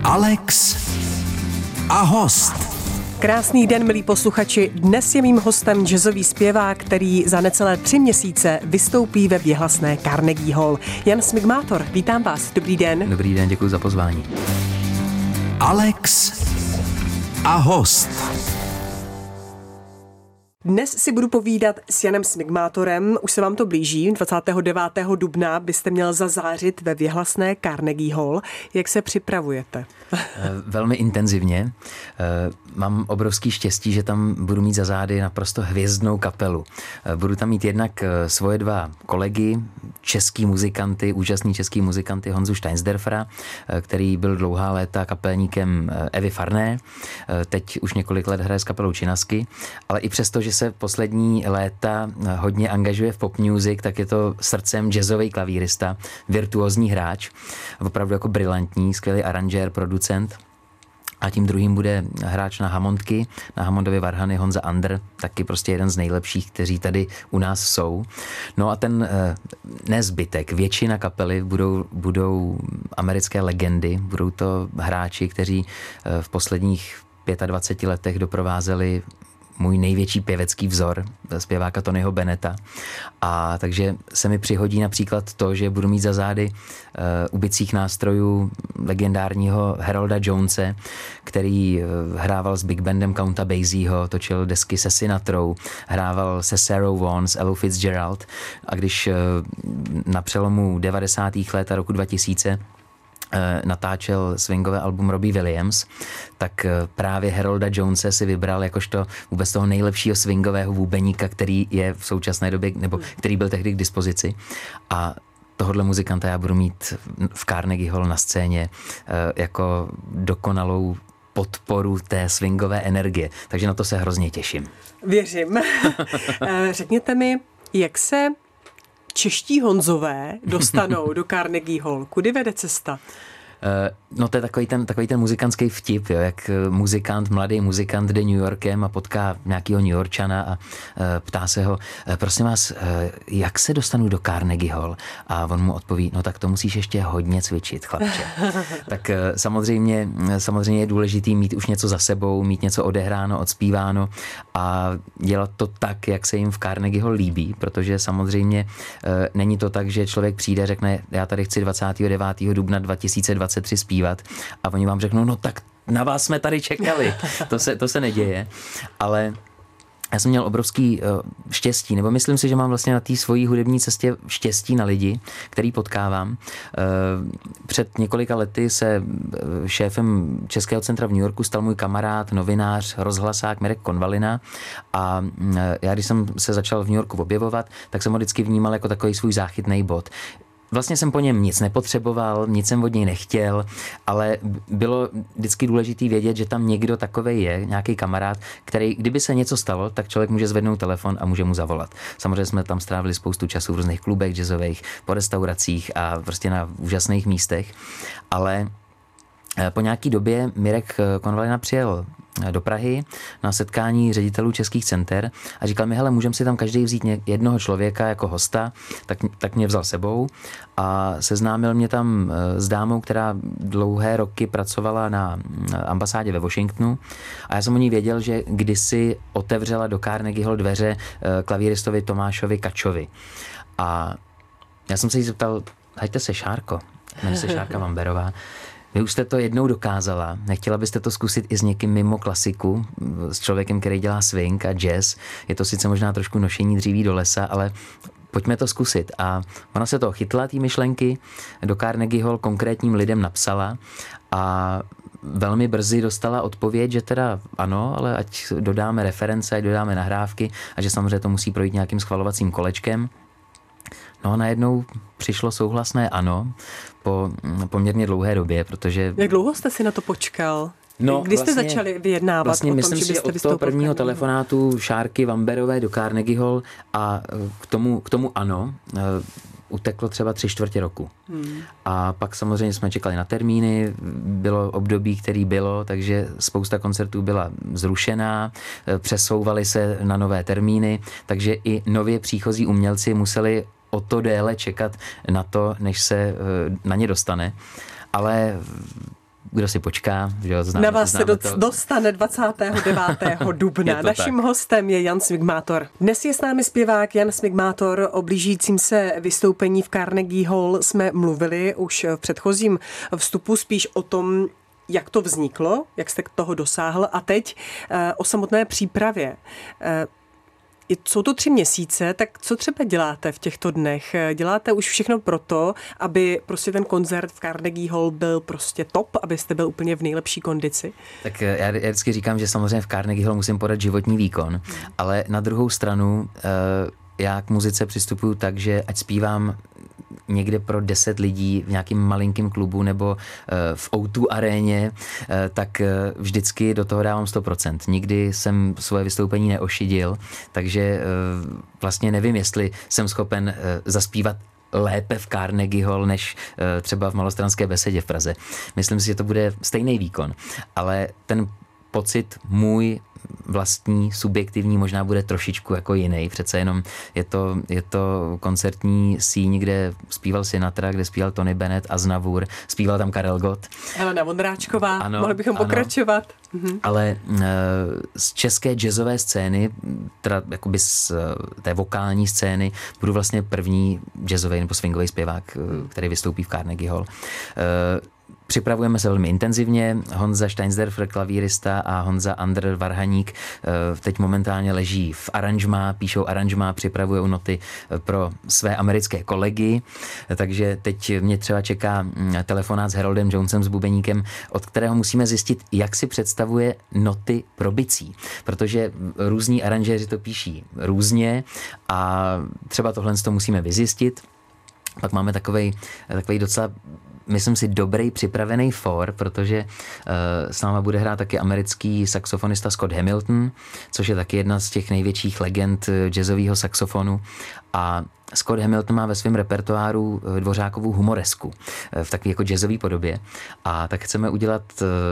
Alex a host. Krásný den, milí posluchači. Dnes je mým hostem jazzový zpěvák, který za necelé 3 měsíce vystoupí ve věhlasné Carnegie Hall. Jan Smigmátor, vítám vás. Dobrý den. Dobrý den, děkuji za pozvání. Alex a host. Dnes si budu povídat s Janem Smigmátorem. Už se vám to blíží. 29. dubna byste měl zazářit ve věhlasné Carnegie Hall. Jak se připravujete? Velmi intenzivně. Mám obrovský štěstí, že tam budu mít za zády naprosto hvězdnou kapelu. Budu tam mít jednak svoje 2 kolegy, český muzikanty, úžasný český muzikanty Honzu Steinsderfera, který byl dlouhá léta kapelníkem Evy Farné. Teď už několik let hraje s kapelou Činasky, ale i přesto, že se poslední léta hodně angažuje v pop music, tak je to srdcem jazzový klavírista, virtuózní hráč, opravdu jako brilantní, skvělý aranžér, producent. A tím druhým bude hráč na hammondky, na hammondově varhany Honza Andr, taky prostě jeden z nejlepších, kteří tady u nás jsou. No a ten nezbytek, většina kapely budou americké legendy, budou to hráči, kteří v posledních 25 letech doprovázeli můj největší pěvecký vzor, zpěváka Tonyho Bennetta. A takže se mi přihodí například to, že budu mít za zády u bicích nástrojů legendárního Harolda Jonese, který hrával s big bandem Counta Basieho, točil desky se Sinatrou, hrával se Sarah Vaughan, s Ellou Fitzgerald. A když na přelomu 90. let a roku 2000 natáčel swingové album Robbie Williams, tak právě Harolda Jonese si vybral jakožto vůbec toho nejlepšího swingového bubeníka, který je v současné době, nebo který byl tehdy k dispozici. A tohodle muzikanta já budu mít v Carnegie Hall na scéně jako dokonalou podporu té swingové energie. Takže na to se hrozně těším. Věřím. Řekněte mi, jak se čeští Honzové dostanou do Carnegie Hall? Kudy vede cesta? No to je takový ten muzikantský vtip, jo, jak mladý muzikant jde New Yorkem a potká nějakýho New Yorkčana a ptá se ho, prosím vás, jak se dostanu do Carnegie Hall? A on mu odpoví, no tak to musíš ještě hodně cvičit, chlapče. Tak samozřejmě je důležitý mít už něco za sebou, mít něco odehráno, odspíváno a dělat to tak, jak se jim v Carnegie Hall líbí, protože samozřejmě není to tak, že člověk přijde a řekne, já tady chci 29. dubna 2023 zpívat a oni vám řeknou, no tak na vás jsme tady čekali. To se neděje, ale já jsem měl obrovský štěstí, nebo myslím si, že mám vlastně na té svojí hudební cestě štěstí na lidi, který potkávám. Před několika lety se šéfem Českého centra v New Yorku stal můj kamarád, novinář, rozhlasák Mirek Konvalina a já, když jsem se začal v New Yorku objevovat, tak jsem ho vždycky vnímal jako takový svůj záchytný bod. Vlastně jsem po něm nic nepotřeboval, nic jsem od něj nechtěl, ale bylo vždycky důležitý vědět, že tam někdo takovej je, nějaký kamarád, který, kdyby se něco stalo, tak člověk může zvednout telefon a může mu zavolat. Samozřejmě jsme tam strávili spoustu času v různých klubech jazzových, po restauracích a prostě na úžasných místech, ale po nějaký době Mirek Konvalina přijel do Prahy na setkání ředitelů českých center a říkal mi, hele, můžeme si tam každý vzít jednoho člověka jako hosta, tak mě vzal sebou a seznámil mě tam s dámou, která dlouhé roky pracovala na ambasádě ve Washingtonu a já jsem o ní věděl, že kdysi otevřela do Carnegie Hall dveře klavíristovi Tomášovi Kačovi. A já jsem se jí zeptal, hejte se, Šárko, jmenuje se Šárka Vamberová, vy už jste to jednou dokázala. Nechtěla byste to zkusit i s někým mimo klasiku, s člověkem, který dělá swing a jazz. Je to sice možná trošku nošení dříví do lesa, ale pojďme to zkusit. A ona se to chytla, té myšlenky, do Carnegie Hall konkrétním lidem napsala a velmi brzy dostala odpověď, že teda ano, ale ať dodáme reference, ať dodáme nahrávky a že samozřejmě to musí projít nějakým schvalovacím kolečkem. No a najednou přišlo souhlasné ano po poměrně dlouhé době, protože... Jak dlouho jste si na to počkal? No, kdy jste začali vyjednávat vlastně o tom, myslím že si, byste že od toho prvního telefonátu Šárky Vamberové do Carnegie Hall a k tomu ano, uteklo třeba 3/4 roku. A pak samozřejmě jsme čekali na termíny, bylo období, který bylo, takže spousta koncertů byla zrušená, přesouvaly se na nové termíny, takže i nově příchozí umělci museli o to déle čekat na to, než se na ně dostane. Ale kdo si počká. Že známe, na vás se dostane 29. dubna. Naším hostem je Jan Smigmátor. Dnes je s námi zpěvák Jan Smigmátor. O blížícím se vystoupení v Carnegie Hall jsme mluvili už v předchozím vstupu, spíš o tom, jak to vzniklo, jak jste k toho dosáhl, a teď o samotné přípravě. Jsou to 3 měsíce, tak co třeba děláte v těchto dnech? Děláte už všechno proto, aby prostě ten koncert v Carnegie Hall byl prostě top, abyste byl úplně v nejlepší kondici? Tak já vždycky říkám, že samozřejmě v Carnegie Hall musím podat životní výkon, ale na druhou stranu já k muzice přistupuju tak, že ať zpívám někde pro 10 lidí v nějakým malinkým klubu nebo v O2 aréně, tak vždycky do toho dávám 100%. Nikdy jsem svoje vystoupení neošidil, takže vlastně nevím, jestli jsem schopen zaspívat lépe v Carnegie Hall, než třeba v Malostranské besedě v Praze. Myslím si, že to bude stejný výkon, ale ten pocit můj vlastní, subjektivní, možná bude trošičku jako jiný. Přece jenom je to koncertní síň, kde zpíval Sinatra, kde zpíval Tony Bennett, Aznavour, zpíval tam Karel Gott. Helena Vondráčková, mohli bychom pokračovat. Ale z české jazzové scény, teda jakoby z té vokální scény, budu vlastně první jazzový nebo swingový zpěvák, který vystoupí v Carnegie Hall. Připravujeme se velmi intenzivně. Honza Steinsdorfer, klavírista, a Honza Andr Varhaník teď momentálně leží v aranžmá, píšou aranžmá, připravují noty pro své americké kolegy. Takže teď mě třeba čeká telefonát s Haroldem Jonesem, s bubeníkem, od kterého musíme zjistit, jak si představuje noty pro bicí. Protože různí aranžéři to píší různě a třeba tohle to musíme vyzjistit. Pak máme takovej docela, myslím si, dobrý připravený for, protože s náma bude hrát taky americký saxofonista Scott Hamilton, což je taky jedna z těch největších legend jazzového saxofonu. A Scott Hamilton má ve svém repertoáru Dvořákovu humoresku v takové jako jazzové podobě. A tak chceme udělat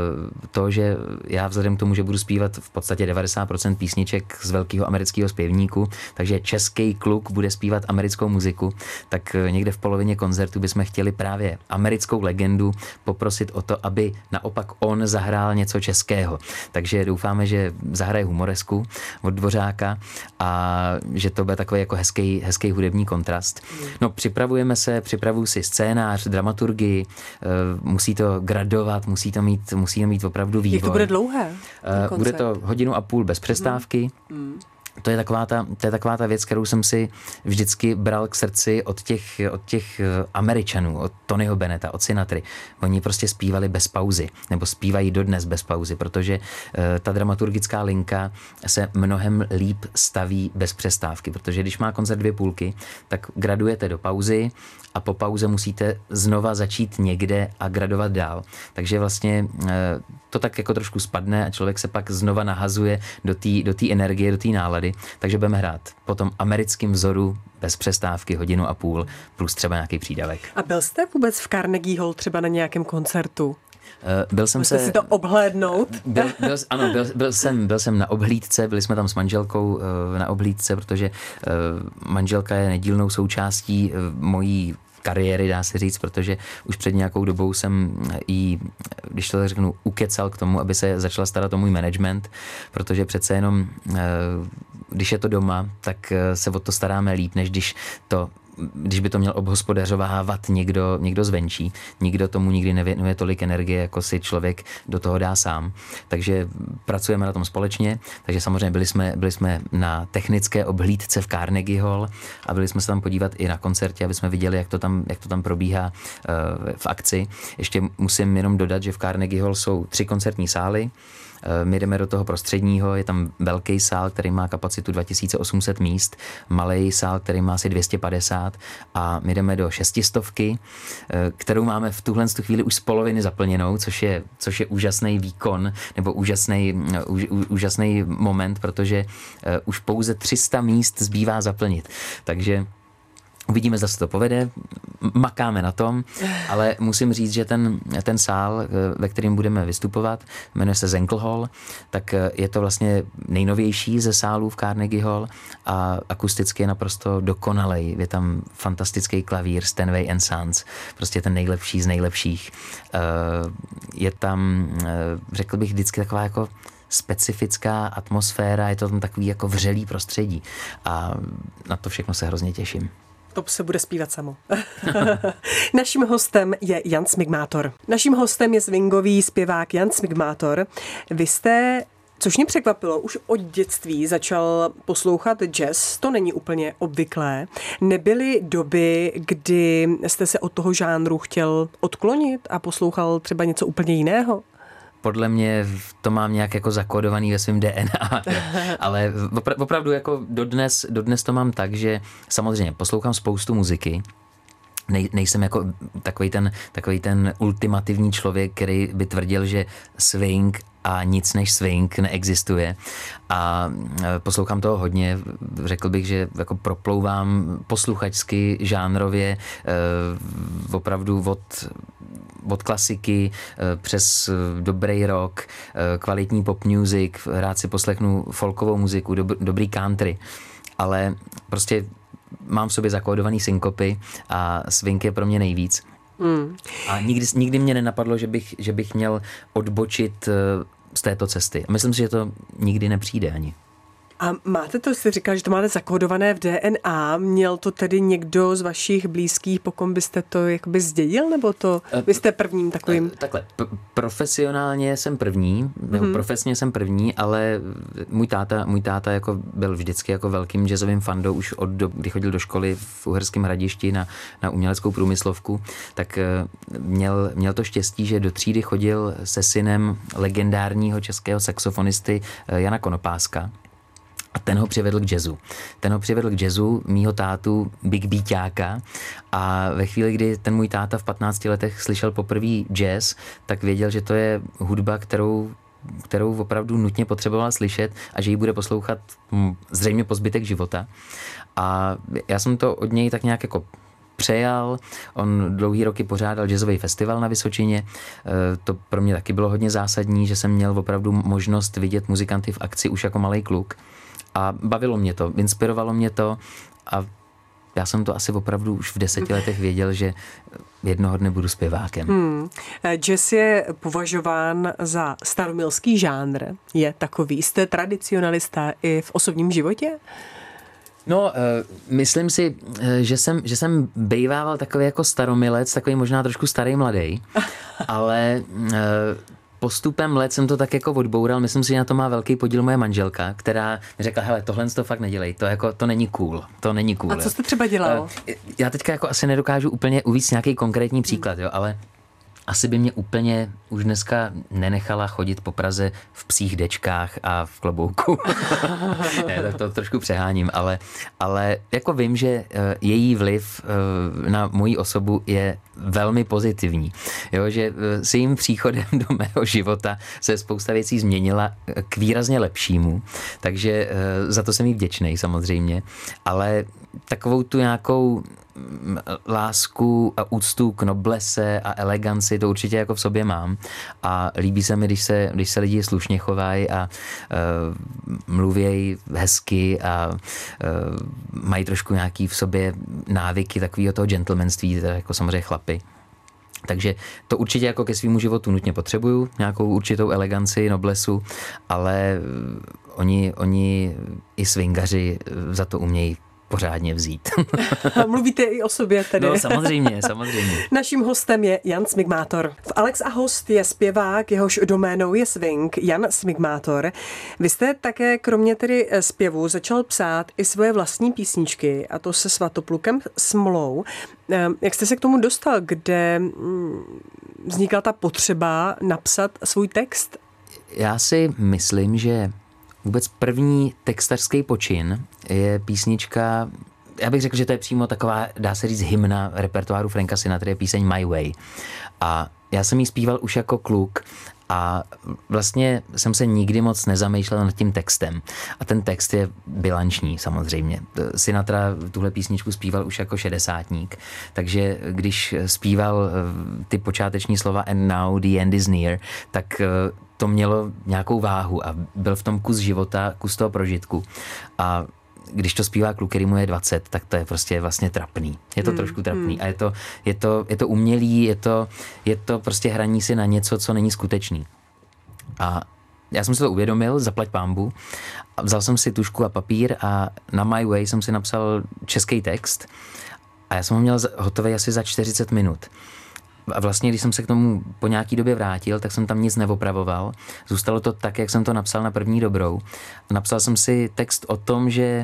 to, že já vzhledem k tomu, že budu zpívat v podstatě 90% písniček z velkého amerického zpěvníku, takže český kluk bude zpívat americkou muziku, tak někde v polovině koncertu bychom chtěli právě americkou legendu poprosit o to, aby naopak on zahrál něco českého. Takže doufáme, že zahraje humoresku od Dvořáka a že to bude takový jako hezký hudební kontrast. No, připravuju si scénář, dramaturgii, musí to gradovat, musí to mít opravdu vývoj. Jak to bude dlouhé? Bude to 1,5 hodiny bez přestávky. To je taková ta věc, kterou jsem si vždycky bral k srdci od těch Američanů, od Tonyho Bennetta, od Sinatry. Oni prostě zpívali bez pauzy, nebo zpívají dodnes bez pauzy, protože ta dramaturgická linka se mnohem líp staví bez přestávky, protože když má koncert 2 půlky, tak gradujete do pauzy a po pauze musíte znova začít někde a gradovat dál. Takže vlastně to tak jako trošku spadne a člověk se pak znova nahazuje do té energie, do té nálady. Takže budeme hrát po tom americkém vzoru bez přestávky 1,5 hodiny plus třeba nějaký přídavek. A byl jste vůbec v Carnegie Hall třeba na nějakém koncertu? Byl jsem Můžete si to obhlédnout? Byl jsem na obhlídce, byli jsme tam s manželkou na obhlídce, protože manželka je nedílnou součástí mojí kariéry, dá se říct, protože už před nějakou dobou jsem jí, když to řeknu, ukecal k tomu, aby se začala starat o můj management, protože přece jenom, když je to doma, tak se o to staráme líp, než když by to měl obhospodařovávat někdo zvenčí. Nikdo tomu nikdy nevěnuje tolik energie, jako si člověk do toho dá sám. Takže pracujeme na tom společně. Takže samozřejmě byli jsme na technické obhlídce v Carnegie Hall a byli jsme se tam podívat i na koncertě, aby jsme viděli, jak to tam probíhá v akci. Ještě musím jenom dodat, že v Carnegie Hall jsou 3 koncertní sály. My jdeme do toho prostředního, je tam velký sál, který má kapacitu 2800 míst, malý sál, který má asi 250 a my jdeme do 600, kterou máme v tuhle chvíli už z poloviny zaplněnou, což je úžasný výkon nebo úžasný moment, protože už pouze 300 míst zbývá zaplnit. Takže Uvidíme, zda se to povede, makáme na tom, ale musím říct, že ten sál, ve kterém budeme vystupovat, jmenuje se Zenkl Hall, tak je to vlastně nejnovější ze sálů v Carnegie Hall a akusticky je naprosto dokonalej. Je tam fantastický klavír Steinway & Sons, prostě ten nejlepší z nejlepších. Je tam, řekl bych, vždycky taková jako specifická atmosféra, je to tam takový jako vřelý prostředí a na to všechno se hrozně těším. To se bude zpívat samo. Naším hostem je Jan Smigmátor. Naším hostem je swingový zpěvák Jan Smigmátor. Vy jste, což mě překvapilo, už od dětství začal poslouchat jazz. To není úplně obvyklé. Nebyly doby, kdy jste se od toho žánru chtěl odklonit a poslouchal třeba něco úplně jiného? Podle mě to mám nějak jako zakódovaný ve svém DNA, ale opravdu jako dodnes to mám tak, že samozřejmě poslouchám spoustu muziky, nejsem jako takový ten ultimativní člověk, který by tvrdil, že swing a nic než swing neexistuje a poslouchám toho hodně, řekl bych, že jako proplouvám posluchačsky, žánrově, opravdu od klasiky přes dobrý rock, kvalitní pop music, rád si poslechnu folkovou muziku, dobrý country, ale prostě mám v sobě zakódovaný synkopy a swing je pro mě nejvíc. A nikdy mě nenapadlo, že bych měl odbočit z této cesty. A myslím si, že to nikdy nepřijde ani. A máte to, jste říkal, že to máte zakódované v DNA, měl to tedy někdo z vašich blízkých, po kom byste to jakoby zdědil, nebo to vy jste prvním takovým? Takhle, profesionálně jsem první, nebo profesně jsem první, ale můj táta jako byl vždycky jako velkým jazzovým fandou už od doby, kdy chodil do školy v Uherském Hradišti na uměleckou průmyslovku, tak měl to štěstí, že do třídy chodil se synem legendárního českého saxofonisty Jana Konopáska. A ten ho přivedl k jazzu. Mýho tátu Big Beatáka a ve chvíli, kdy ten můj táta v 15 letech slyšel poprvé jazz, tak věděl, že to je hudba, kterou opravdu nutně potřeboval slyšet a že ji bude poslouchat zřejmě po zbytek života. A já jsem to od něj tak nějak jako přejal. On dlouhý roky pořádal jazzový festival na Vysočině. To pro mě taky bylo hodně zásadní, že jsem měl opravdu možnost vidět muzikanty v akci už jako malej kluk. A bavilo mě to, inspirovalo mě to a já jsem to asi opravdu už v 10 letech věděl, že jednoho dne budu zpěvákem. Jazz je považován za staromilský žánr. Je takový. Jste tradicionalista i v osobním životě? No, myslím si, že jsem bejvával takový jako staromilec, takový možná trošku starý mladý, ale postupem let jsem to tak jako odboural, myslím si, že na to má velký podíl moje manželka, která mi řekla, hele, tohle to fakt nedělej, to není cool. A co jste třeba dělal? Já teďka jako asi nedokážu úplně uvést nějaký konkrétní příklad, jo, ale asi by mě úplně už dneska nenechala chodit po Praze v psích dečkách a v klobouku. Ne, tak to trošku přeháním, ale jako vím, že její vliv na moji osobu je velmi pozitivní. Jo, že s jejím příchodem do mého života se spousta věcí změnila k výrazně lepšímu, takže za to jsem jí vděčnej samozřejmě, ale takovou tu nějakou lásku a úctu k noblese a eleganci, to určitě jako v sobě mám a líbí se mi, když se lidi slušně chovají a mluvějí hezky a mají trošku nějaký v sobě návyky takového toho gentlemanství, jako samozřejmě chlapy. Takže to určitě jako ke svému životu nutně potřebuju, nějakou určitou eleganci, noblesu, ale oni i swingaři za to umějí pořádně vzít. Mluvíte i o sobě tedy. No samozřejmě. Naším hostem je Jan Smigmátor. V Alex a host je zpěvák, jehož doménou je swing, Jan Smigmátor. Vy jste také kromě tedy zpěvu začal psát i svoje vlastní písničky, a to se Svatoplukem Smolou. Jak jste se k tomu dostal, kde vznikla ta potřeba napsat svůj text? Já si myslím, že vůbec první textařský počin je písnička, já bych řekl, že to je přímo taková, dá se říct, hymna repertoáru Franka Sinatra, je píseň My Way. A já jsem ji zpíval už jako kluk A vlastně jsem se nikdy moc nezamýšlel nad tím textem. A ten text je bilanční samozřejmě. Sinatra tuhle písničku zpíval už jako šedesátník, takže když zpíval ty počáteční slova and now the end is near, tak to mělo nějakou váhu a byl v tom kus života, kus toho prožitku. A když to zpívá kluk, který mu je 20, tak to je prostě vlastně trapný. Je to trošku trapný a je to umělý, je to prostě hraní si na něco, co není skutečný. A já jsem si to uvědomil, zaplať pánbu, a vzal jsem si tužku a papír a na My Way jsem si napsal český text a já jsem ho měl hotový asi za 40 minut. A vlastně, když jsem se k tomu po nějaký době vrátil, tak jsem tam nic neopravoval. Zůstalo to tak, jak jsem to napsal na první dobrou. Napsal jsem si text o tom, že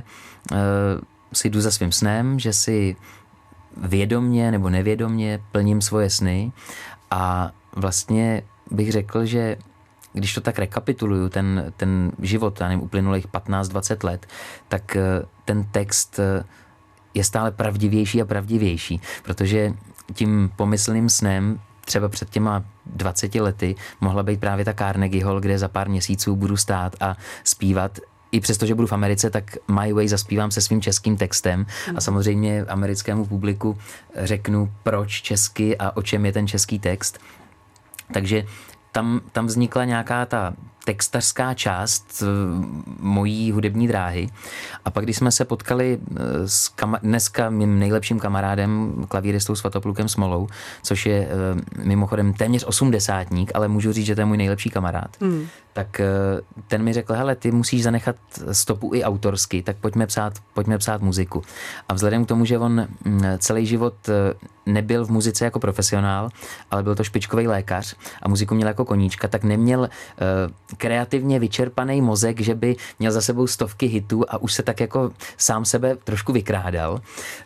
si jdu za svým snem, že si vědomně nebo nevědomně plním svoje sny a vlastně bych řekl, že když to tak rekapituluju, ten život, já nevím, uplynulých 15-20 let, tak ten text je stále pravdivější a pravdivější, protože tím pomyslným snem třeba před těma 20 lety mohla být právě ta Carnegie Hall, kde za pár měsíců budu stát a zpívat. I přesto, že budu v Americe, tak My Way zaspívám se svým českým textem a samozřejmě americkému publiku řeknu, proč česky a o čem je ten český text. Takže tam vznikla nějaká ta textařská část mojí hudební dráhy. A pak, když jsme se potkali s dneska mým nejlepším kamarádem, klavíristou Svatoplukem Smolou, což je mimochodem téměř 80, ale můžu říct, že to je můj nejlepší kamarád, tak ten mi řekl, hele, ty musíš zanechat stopu i autorsky, tak pojďme psát muziku. A vzhledem k tomu, že on celý život nebyl v muzice jako profesionál, ale byl to špičkový lékař a muziku měl jako koníčka, tak neměl kreativně vyčerpaný mozek, že by měl za sebou stovky hitů a už se tak jako sám sebe trošku vykrádal.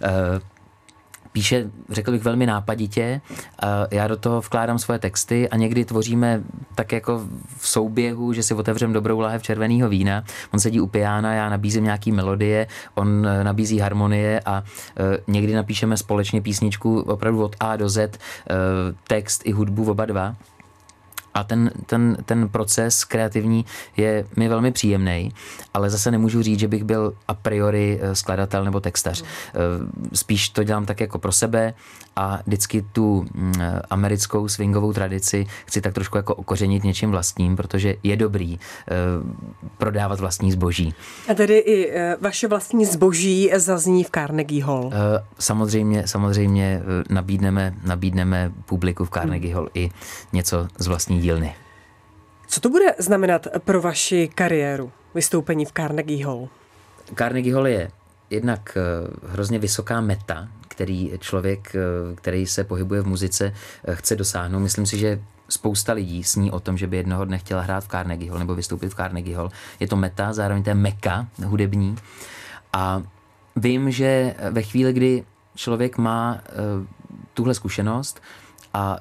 Píše, řekl bych, velmi nápaditě. Já do toho vkládám svoje texty a někdy tvoříme tak jako v souběhu, že si otevřem dobrou láhev červeného vína. On sedí u piána, já nabízím nějaký melodie, on nabízí harmonie a někdy napíšeme společně písničku opravdu od A do Z, text i hudbu oba dva. A ten proces kreativní je mi velmi příjemný, ale zase nemůžu říct, že bych byl a priori skladatel nebo textař. Spíš to dělám tak jako pro sebe a vždycky tu americkou swingovou tradici chci tak trošku jako okořenit něčím vlastním, protože je dobrý prodávat vlastní zboží. A tedy i vaše vlastní zboží zazní v Carnegie Hall? Samozřejmě nabídneme publiku v Carnegie Hall i něco z vlastní dílny. Co to bude znamenat pro vaši kariéru, vystoupení v Carnegie Hall? Carnegie Hall je jednak hrozně vysoká meta, který člověk, který se pohybuje v muzice, chce dosáhnout. Myslím si, že spousta lidí sní o tom, že by jednoho dne chtěla hrát v Carnegie Hall nebo vystoupit v Carnegie Hall. Je to meta, zároveň to je meka hudební. A vím, že ve chvíli, kdy člověk má tuhle zkušenost a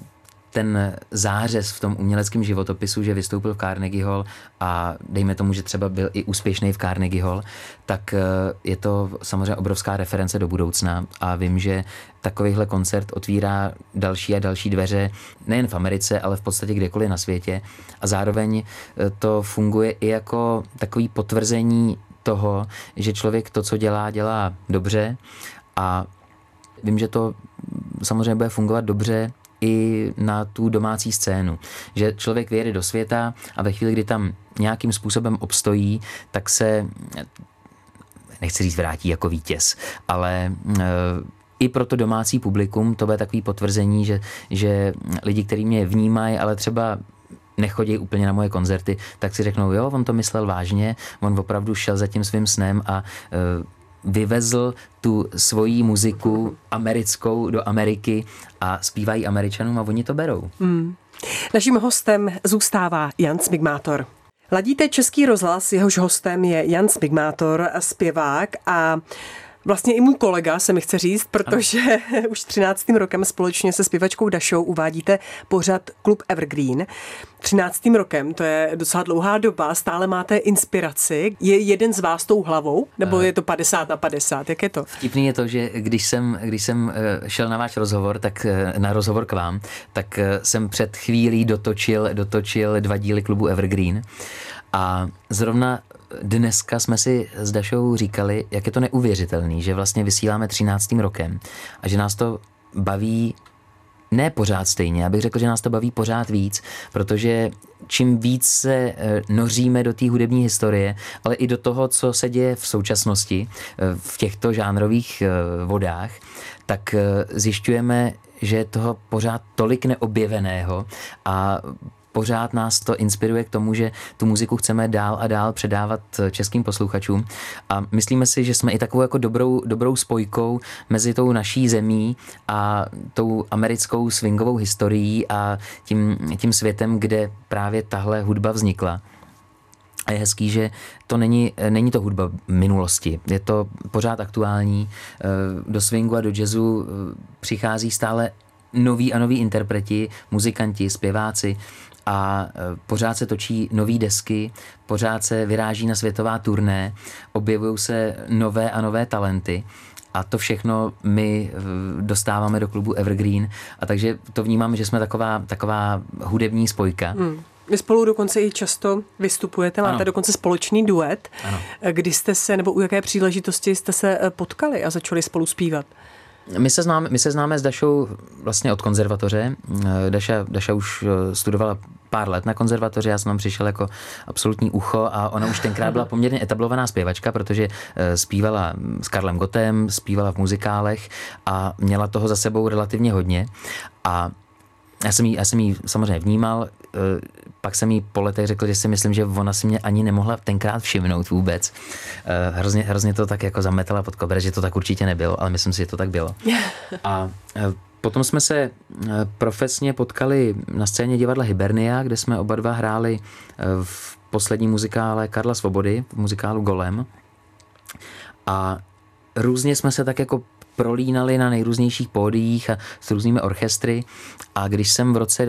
ten zářez v tom uměleckém životopisu, že vystoupil v Carnegie Hall a dejme tomu, že třeba byl i úspěšný v Carnegie Hall, tak je to samozřejmě obrovská reference do budoucna a vím, že takovýhle koncert otvírá další a další dveře nejen v Americe, ale v podstatě kdekoliv na světě a zároveň to funguje i jako takový potvrzení toho, že člověk to, co dělá dobře a vím, že to samozřejmě bude fungovat dobře i na tu domácí scénu. Že člověk vyjede do světa a ve chvíli, kdy tam nějakým způsobem obstojí, tak se, nechci říct vrátí jako vítěz, ale i pro to domácí publikum to bude takový potvrzení, že lidi, kteří mě vnímají, ale třeba nechodí úplně na moje koncerty, tak si řeknou, jo, on to myslel vážně, on opravdu šel za tím svým snem a vyvezl tu svoji muziku americkou do Ameriky a zpívají Američanům a oni to berou. Naším hostem zůstává Jan Smigmátor. Ladíte Český rozhlas, jehož hostem je Jan Smigmátor, zpěvák a Vlastně i můj kolega se mi chce říct, protože už 13. rokem společně se zpěvačkou Dašou uvádíte pořad Klub Evergreen. 13. rokem, to je docela dlouhá doba, stále máte inspiraci. Je jeden z vás tou hlavou? Nebo je to 50/50? Jak je to? Vtipný je to, že když jsem šel na váš rozhovor, tak na rozhovor k vám, tak jsem před chvílí dotočil 2 díly Klubu Evergreen. A zrovna dneska jsme si s Dašou říkali, jak je to neuvěřitelný, že vlastně vysíláme 13. rokem a že nás to baví ne pořád stejně, já bych řekl, že nás to baví pořád víc, protože čím víc se noříme do té hudební historie, ale i do toho, co se děje v současnosti v těchto žánrových vodách, tak zjišťujeme, že je toho pořád tolik neobjeveného a pořád nás to inspiruje k tomu, že tu muziku chceme dál a dál předávat českým posluchačům a myslíme si, že jsme i takovou jako dobrou spojkou mezi tou naší zemí a tou americkou swingovou historií a tím světem, kde právě tahle hudba vznikla. A je hezký, že to není to hudba minulosti, je to pořád aktuální. Do swingu a do jazzu přichází stále noví a noví interpreti, muzikanti, zpěváci a pořád se točí nový desky, pořád se vyráží na světová turné, objevují se nové a nové talenty a to všechno my dostáváme do klubu Evergreen a takže to vnímáme, že jsme taková hudební spojka. Vy spolu dokonce i často vystupujete, máte dokonce společný duet. Ano. Kdy jste se, nebo u jaké příležitosti jste se potkali a začali spolu zpívat? My se známe s Dašou vlastně od konzervatoře. Daša už studovala pár let na konzervatoři, já jsem tam přišel jako absolutní ucho a ona už tenkrát byla poměrně etablovaná zpěvačka, protože zpívala s Karlem Gottem, zpívala v muzikálech a měla toho za sebou relativně hodně. A já jsem jí samozřejmě vnímal, pak jsem jí po letech řekl, že si myslím, že ona si mě ani nemohla tenkrát všimnout vůbec. Hrozně to tak jako zametala pod koberec, že to tak určitě nebylo, ale myslím si, že to tak bylo. A potom jsme se profesně potkali na scéně divadla Hibernia, kde jsme oba dva hráli v poslední muzikále Karla Svobody, v muzikálu Golem. A různě jsme se tak jako prolínali na nejrůznějších pódiích a s různými orchestry a když jsem v roce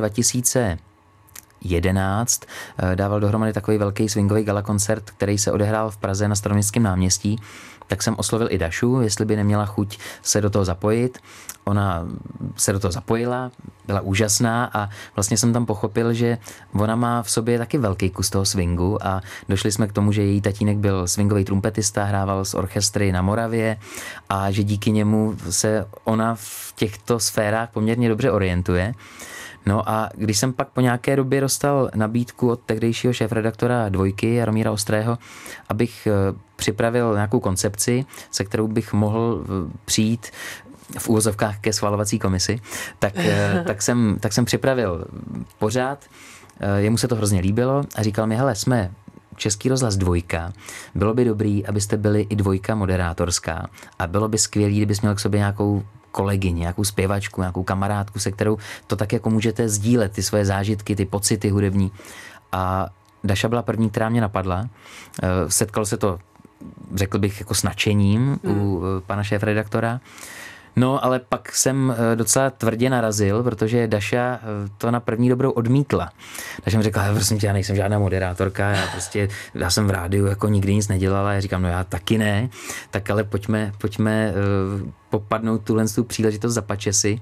2011 dával dohromady takový velký swingový galakoncert, který se odehrál v Praze na Staroměstském náměstí, tak jsem oslovil i Dašu, jestli by neměla chuť se do toho zapojit. Ona se do toho zapojila, byla úžasná a vlastně jsem tam pochopil, že ona má v sobě taky velký kus toho swingu a došli jsme k tomu, že její tatínek byl swingový trumpetista, hrával s orchestry na Moravě a že díky němu se ona v těchto sférách poměrně dobře orientuje. No a když jsem pak po nějaké době dostal nabídku od tehdejšího šéfredaktora Dvojky Jaromíra Ostrého, abych připravil nějakou koncepci, se kterou bych mohl přijít v úvozovkách ke schvalovací komisi, tak jsem připravil pořád, jemu se to hrozně líbilo a říkal mi, hele, jsme Český rozhlas Dvojka, bylo by dobrý, abyste byli i Dvojka moderátorská a bylo by skvělý, kdybys měl k sobě nějakou kolegyni, nějakou zpěvačku, nějakou kamarádku, se kterou to tak jako můžete sdílet, ty svoje zážitky, ty pocity hudební. A Daša byla první, která mě napadla. Setkalo se to, řekl bych, jako s nadšením u pana šéfredaktora. No, ale pak jsem docela tvrdě narazil, protože Daša to na první dobrou odmítla. Daša mi řekla, prosím tě, já nejsem žádná moderátorka, já jsem v rádiu jako nikdy nic nedělala. Já říkám, no já taky ne, tak ale pojďme popadnout tuhle příležitost za pačesy.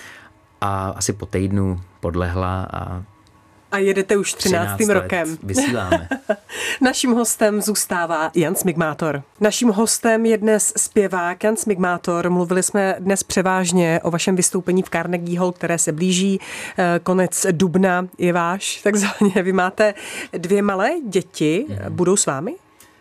A asi po týdnu podlehla a jedete už 13. rokem. Vysíláme. Naším hostem zůstává Jan Smigmátor. Naším hostem je dnes zpěvák Jan Smigmátor. Mluvili jsme dnes převážně o vašem vystoupení v Carnegie Hall, které se blíží. Konec dubna je váš, takzvaně. Vy máte 2 malé děti. Budou s vámi?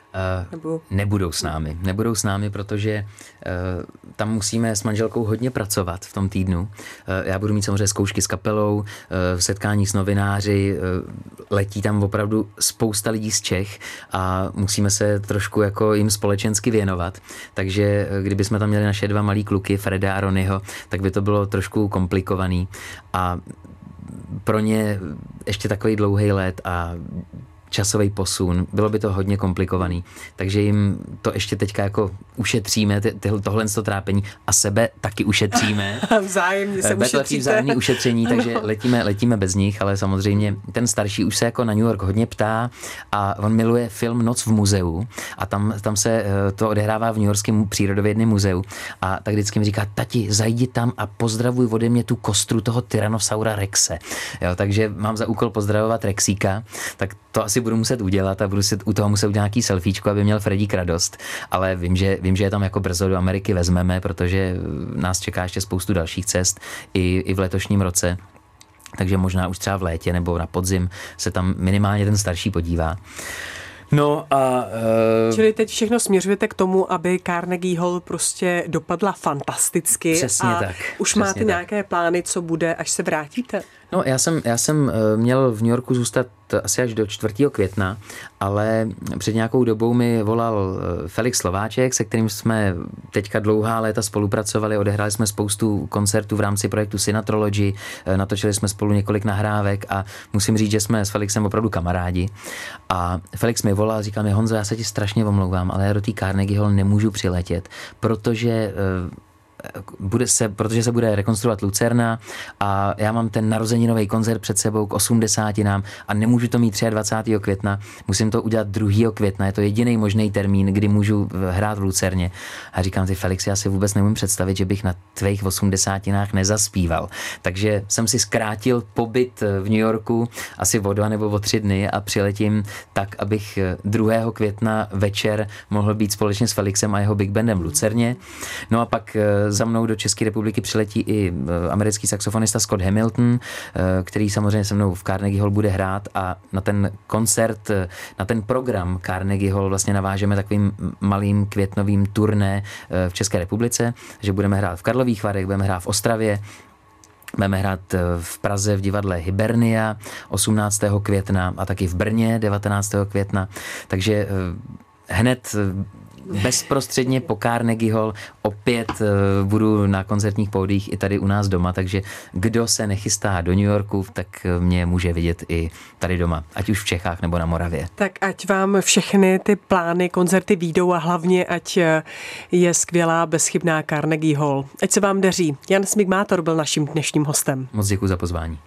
Nebudou s námi, protože tam musíme s manželkou hodně pracovat v tom týdnu. Já budu mít samozřejmě zkoušky s kapelou, setkání s novináři, letí tam opravdu spousta lidí z Čech a musíme se trošku jako jim společensky věnovat. Takže kdybychom tam měli naše 2 malí kluky, Freda a Ronyho, tak by to bylo trošku komplikovaný a pro ně ještě takový dlouhý let a časový posun, bylo by to hodně komplikovaný, takže jim to ještě teďka jako ušetříme, tohle trápení a sebe taky ušetříme. Vzájemně se ušetříte. Vzájemné ušetření, takže letíme bez nich, ale samozřejmě ten starší už se jako na New York hodně ptá a on miluje film Noc v muzeu a tam se to odehrává v New Yorkském přírodovědném muzeu a tak vždycky mi říká, tati, zajdi tam a pozdravuj ode mě tu kostru toho Tyrannosaura Rexe. Jo, takže mám za úkol pozdravovat Rexíka, tak to asi budu muset udělat a budu si u toho muset udělat nějaký selfiečko, aby měl Fredík radost, ale vím, že je tam jako brzo do Ameriky vezmeme, protože nás čeká ještě spoustu dalších cest i v letošním roce. Takže možná už třeba v létě nebo na podzim se tam minimálně ten starší podívá. No a... Čili teď všechno směřujete k tomu, aby Carnegie Hall prostě dopadla fantasticky. Přesně a tak. Už máte nějaké plány, co bude, až se vrátíte? No, já jsem měl v New Yorku zůstat asi až do 4. května, ale před nějakou dobou mi volal Felix Slováček, se kterým jsme teďka dlouhá léta spolupracovali, odehráli jsme spoustu koncertů v rámci projektu Synatrology, natočili jsme spolu několik nahrávek a musím říct, že jsme s Felixem opravdu kamarádi. A Felix mi volal a říkal mi, Honzo, já se ti strašně omlouvám, ale já do té Carnegie Hall nemůžu přiletět, protože se bude rekonstruovat Lucerna a já mám ten narozeninový koncert před sebou k 80. a nemůžu to mít 23. května, musím to udělat 2. května, je to jediný možný termín, kdy můžu hrát v Lucerně. A říkám si, Felix, já si vůbec nemůžu představit, že bych na tvých 80. nezaspíval. Takže jsem si zkrátil pobyt v New Yorku asi o 2 nebo o 3 dny a přiletím tak, abych 2. května večer mohl být společně s Felixem a jeho big bandem v Lucerně. No a pak za mnou do České republiky přiletí i americký saxofonista Scott Hamilton, který samozřejmě se mnou v Carnegie Hall bude hrát a na ten koncert, na ten program Carnegie Hall vlastně navážeme takovým malým květnovým turné v České republice, že budeme hrát v Karlových Varech, budeme hrát v Ostravě, budeme hrát v Praze v divadle Hibernia 18. května a taky v Brně 19. května, takže hned bezprostředně po Carnegie Hall opět budu na koncertních pódiích i tady u nás doma, takže kdo se nechystá do New Yorku, tak mě může vidět i tady doma, ať už v Čechách nebo na Moravě. Tak ať vám všechny ty plány, koncerty výjdou a hlavně ať je skvělá, bezchybná Carnegie Hall. Ať se vám daří. Jan Smigmátor byl naším dnešním hostem. Moc děkuji za pozvání.